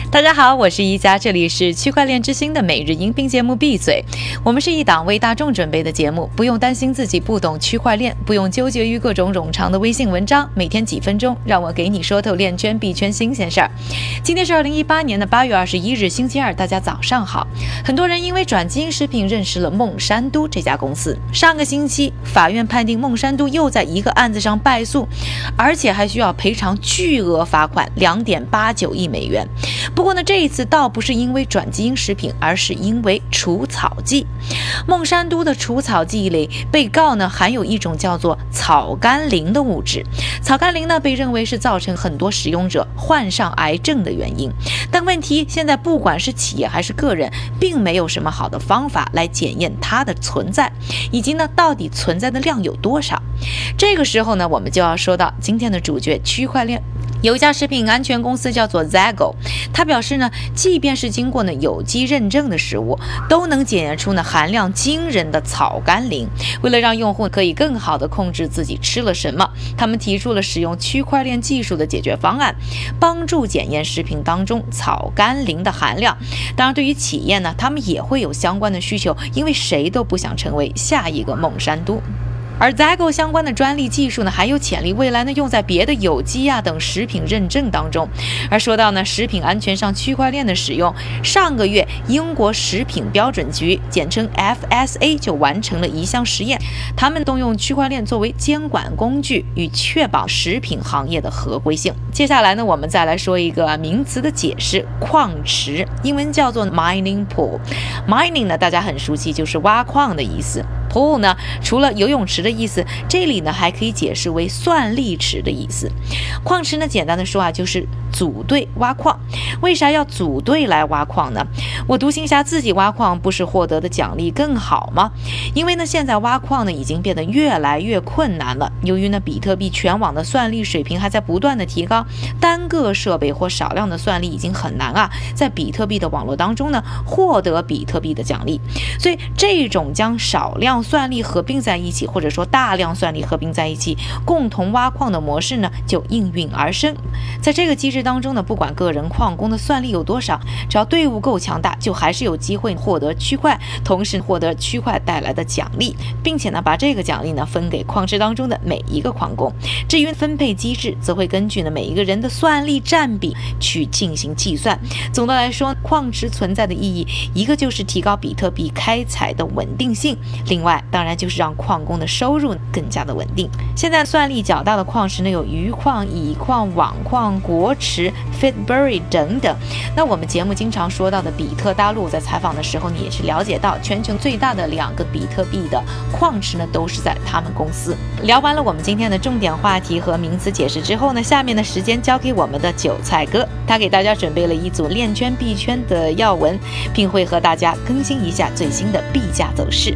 大家好，我是一加，这里是区块链之星的每日音频节目闭嘴。我们是一档为大众准备的节目，不用担心自己不懂区块链，不用纠结于各种冗长的微信文章，每天几分钟，让我给你说透链圈币圈新鲜事儿。今天是2018年的8月21日星期二，大家早上好。很多人因为转基因食品认识了孟山都这家公司。上个星期法院判定孟山都又在一个案子上败诉，而且还需要赔偿巨额罚款2.89亿美元。不过呢，这一次倒不是因为转基因食品，而是因为除草剂。孟山都的除草剂里，被告呢含有一种叫做草甘膦的物质。草甘膦呢被认为是造成很多使用者患上癌症的原因。但问题现在不管是企业还是个人，并没有什么好的方法来检验它的存在，以及呢到底存在的量有多少。这个时候呢，我们就要说到今天的主角——区块链。有一家食品安全公司叫做 Zago， 他表示呢，即便是经过有机认证的食物，都能检验出含量惊人的草甘膦。为了让用户可以更好地控制自己吃了什么，他们提出了使用区块链技术的解决方案，帮助检验食品当中草甘膦的含量。当然，对于企业呢，他们也会有相关的需求，因为谁都不想成为下一个孟山都。而 Zago 相关的专利技术呢，还有潜力未来呢用在别的有机等食品认证当中。而说到呢食品安全上区块链的使用，上个月英国食品标准局简称 FSA 就完成了一项实验，他们动用区块链作为监管工具，以确保食品行业的合规性。接下来呢，我们再来说一个名词的解释，矿池，英文叫做 mining pool。mining 呢大家很熟悉，就是挖矿的意思。pool 呢除了游泳池的意思，这里呢还可以解释为算力池的意思。矿池呢简单的说就是组队挖矿。为啥要组队来挖矿呢？我独行侠自己挖矿不是获得的奖励更好吗？因为呢现在挖矿呢已经变得越来越困难了。由于呢比特币全网的算力水平还在不断的提高，单个设备或少量的算力已经很难在比特币的网络当中呢获得比特币的奖励。所以这种将少量算力合并在一起，或者说大量算力合并在一起，共同挖矿的模式呢就应运而生。在这个机制当中呢，不管个人矿工的算力有多少，只要队伍够强大，就还是有机会获得区块，同时获得区块带来的奖励，并且呢把这个奖励呢分给矿池当中的每一个矿工。至于分配机制，则会根据每一个人的算力占比去进行计算。总的来说，矿池存在的意义，一个就是提高比特币开采的稳定性，另外当然就是让矿工的收入更加的稳定。现在算力较大的矿池呢，有鱼矿、乙矿、网矿、国池、Fitbury 等等。那我们节目经常说到的比特大陆，在采访的时候呢，也是了解到全球最大的2个比特币的矿池呢，都是在他们公司。聊完了我们今天的重点话题和名词解释之后呢，下面的时间交给我们的韭菜哥，他给大家准备了一组链圈币圈的要闻，并会和大家更新一下最新的币价走势。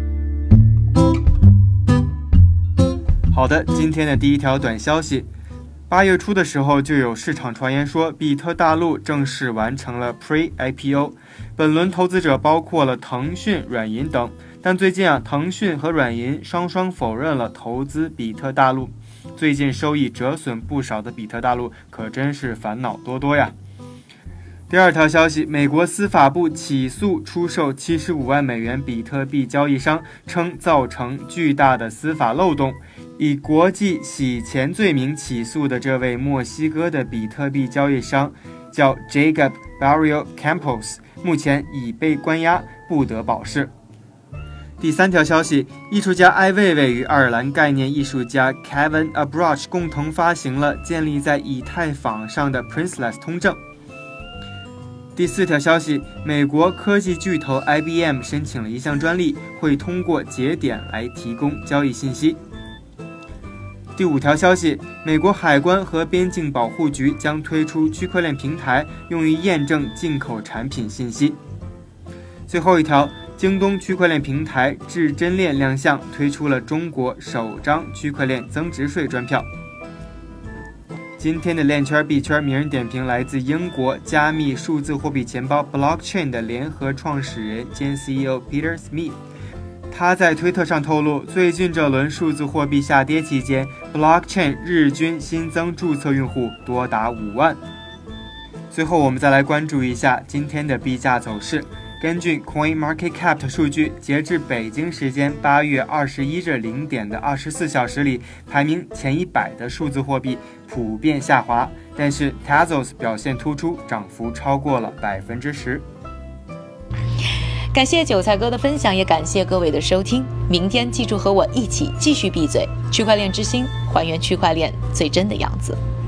好的，今天的第一条短消息，8月初的时候就有市场传言说，比特大陆正式完成了 Pre-IPO， 本轮投资者包括了腾讯、软银等，但最近腾讯和软银双双否认了投资比特大陆。最近收益折损不少的比特大陆可真是烦恼多多呀。第二条消息，美国司法部起诉出售75万美元比特币交易商，称造成巨大的司法漏洞。以国际洗钱罪名起诉的这位墨西哥的比特币交易商叫 Jacob Barrio Campos， 目前已被关押，不得保释。第三条消息，艺术家艾薇薇与爱尔兰概念艺术家 Kevin Abroch 共同发行了建立在以太坊上的 Princeless 通证。第四条消息，美国科技巨头 IBM 申请了一项专利，会通过节点来提供交易信息。第五条消息，美国海关和边境保护局将推出区块链平台，用于验证进口产品信息。最后一条，京东区块链平台智臻链亮相，推出了中国首张区块链增值税专票。今天的链圈币圈名人点评来自英国加密数字货币钱包 Blockchain 的联合创始人兼 CEO Peter Smith。他在推特上透露，最近这轮数字货币下跌期间， Blockchain 日均新增注册用户多达5万。 最后我们再来关注一下今天的币价走势。根据 CoinMarketCap 的数据，截至北京时间8月21日0点的24小时里，排名前100的数字货币普遍下滑，但是 Tezos 表现突出，涨幅超过了10%。 感谢韭菜哥的分享，也感谢各位的收听。明天记住和我一起继续闭嘴，区块链之星，还原区块链最真的样子。